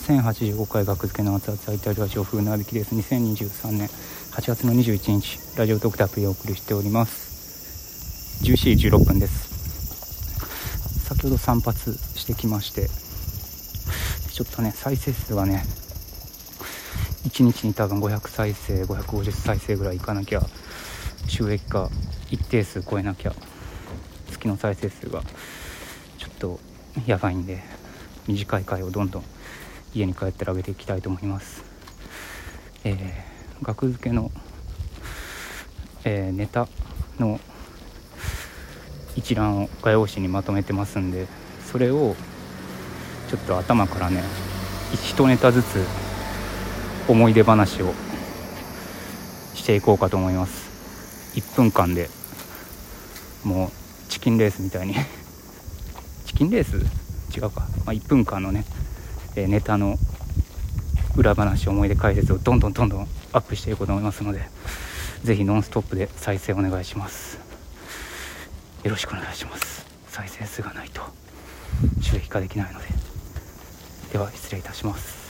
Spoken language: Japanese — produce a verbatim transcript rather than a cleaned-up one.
せんはちじゅうごかい学付けの熱々アイタルラジオ風なびきです。にせんにじゅうさんねんはちがつのにじゅういちにち、ラジオトークタップでお送りしております。じゅうしちじじゅうろっぷんです。先ほど散髪してきまして、ちょっとね再生数がねいちにちに多分ごひゃくさいせいごひゃくごじゅっさいせいぐらいいかなきゃ、収益化一定数超えなきゃ月の再生数がちょっとやばいんで、短い回をどんどん家に帰ってあげていきたいと思います。えー、学付けの、えー、ネタの一覧を画用紙にまとめてますんで、それをちょっと頭からね一ネタずつ思い出話をしていこうかと思います。いっぷんかんでもうチキンレースみたいにチキンレース違うか、まあ、いっぷんかんのねネタの裏話、思い出解説をどんどんどんどんアップしていこうと思いますので、ぜひノンストップで再生お願いします。よろしくお願いします。再生数がないと収益化できないので。では失礼いたします。